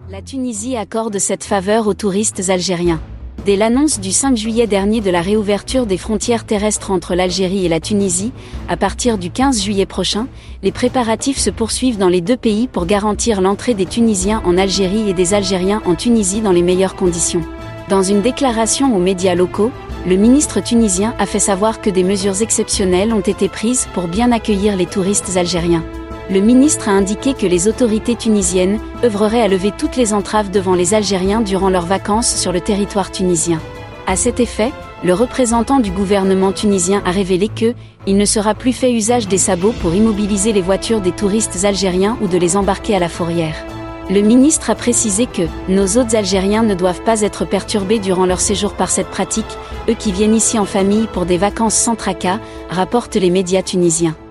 La Tunisie accorde cette faveur aux touristes algériens. Dès l'annonce du 5 juillet dernier de la réouverture des frontières terrestres entre l'Algérie et la Tunisie, à partir du 15 juillet prochain, les préparatifs se poursuivent dans les deux pays pour garantir l'entrée des Tunisiens en Algérie et des Algériens en Tunisie dans les meilleures conditions. Dans une déclaration aux médias locaux, le ministre tunisien a fait savoir que des mesures exceptionnelles ont été prises pour bien accueillir les touristes algériens. Le ministre a indiqué que les autorités tunisiennes œuvreraient à lever toutes les entraves devant les Algériens durant leurs vacances sur le territoire tunisien. À cet effet, le représentant du gouvernement tunisien a révélé que il ne sera plus fait usage des sabots pour immobiliser les voitures des touristes algériens ou de les embarquer à la fourrière. Le ministre a précisé que nos hôtes algériens ne doivent pas être perturbés durant leur séjour par cette pratique, eux qui viennent ici en famille pour des vacances sans tracas, rapportent les médias tunisiens.